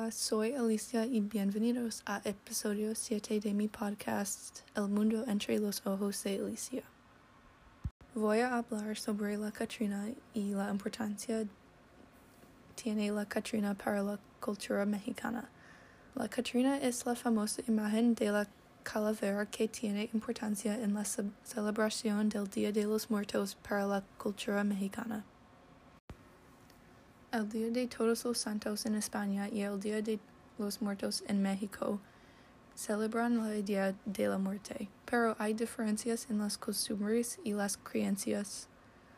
Hola, soy Alicia y bienvenidos a episodio 7 de mi podcast El mundo entre los ojos de Alicia. Voy a hablar sobre la Catrina y la importancia tiene la Catrina para la cultura mexicana. La Catrina es la famosa imagen de la calavera que tiene importancia en la celebración del Día de los Muertos para la cultura mexicana. El Día de Todos los Santos en España y el Día de los Muertos en México celebran la idea de la muerte, pero hay diferencias en las costumbres y las creencias.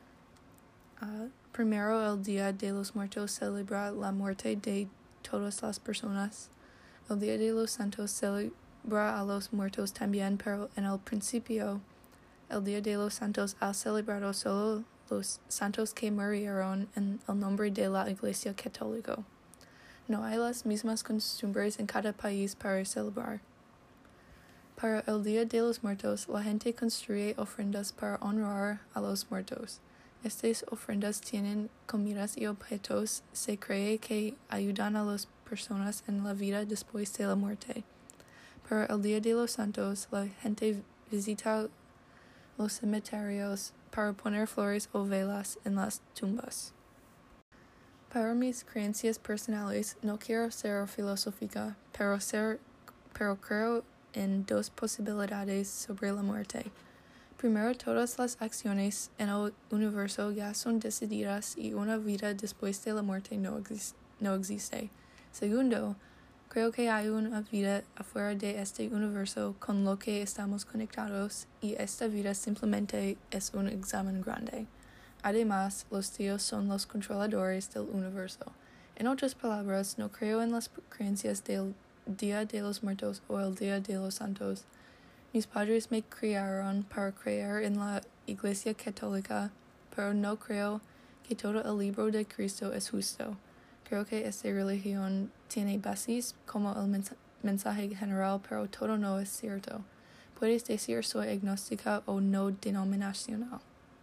Primero, el Día de los Muertos celebra la muerte de todas las personas. El Día de los Santos celebra a los muertos también, pero en el principio, el Día de los Santos ha celebrado solo los santos que murieron en el nombre de la Iglesia Católica. No hay las mismas costumbres en cada país para celebrar. Para el Día de los Muertos, la gente construye ofrendas para honrar a los muertos. Estas ofrendas tienen comidas y objetos. Se cree que ayudan a las personas en la vida después de la muerte. Para el Día de los Santos, la gente visita los cementerios para poner flores o velas en las tumbas. Para mis creencias personales, no quiero ser filosófica, pero creo en dos posibilidades sobre la muerte. Primero, todas las acciones en el universo ya son decididas y una vida después de la muerte no existe. Segundo, creo que hay una vida afuera de este universo con lo que estamos conectados y esta vida simplemente es un examen grande. Además, los dioses son los controladores del universo. En otras palabras, no creo en las creencias del Día de los Muertos o el Día de los Santos. Mis padres me criaron para creer en la Iglesia Católica, pero no creo que todo el libro de Cristo es justo. Creo que esta religión tiene bases como el mensaje general, pero todo no es cierto. Puedes decir soy agnóstica o no denominacional.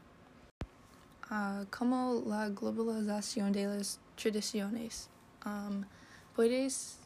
Como la globalización de las tradiciones. Puedes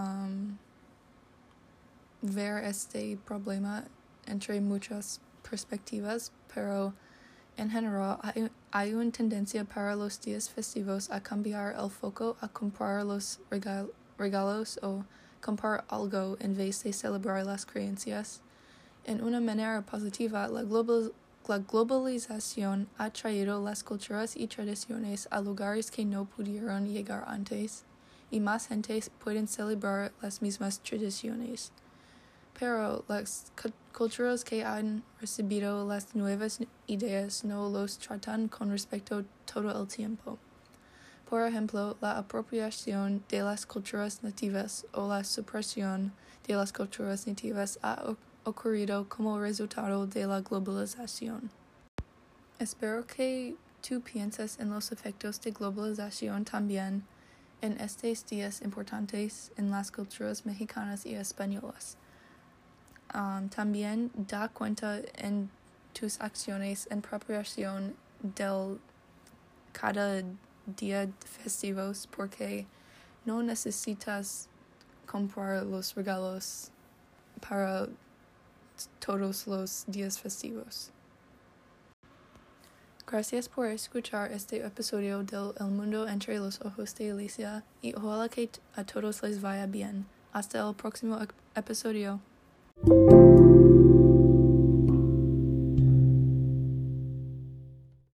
ver este problema entre muchas perspectivas, pero en general hay una tendencia para los días festivos a cambiar el foco a comprar los regalos o comprar algo en vez de celebrar las creencias. En una manera positiva, la globalización ha traído las culturas y tradiciones a lugares que no pudieron llegar antes, y más gente pueden celebrar las mismas tradiciones. Pero las culturas que han recibido las nuevas ideas no los tratan con respeto todo el tiempo. Por ejemplo, la apropiación de las culturas nativas o la supresión de las culturas nativas ha ocurrido como resultado de la globalización. Espero que tú pienses en los efectos de globalización también en estos días importantes en las culturas mexicanas y españolas. También da cuenta en tus acciones en preparación del cada día festivos porque no necesitas comprar los regalos para todos los días festivos. Gracias por escuchar este episodio del El mundo entre los ojos de Alicia y ojalá que a todos les vaya bien. Hasta el próximo episodio.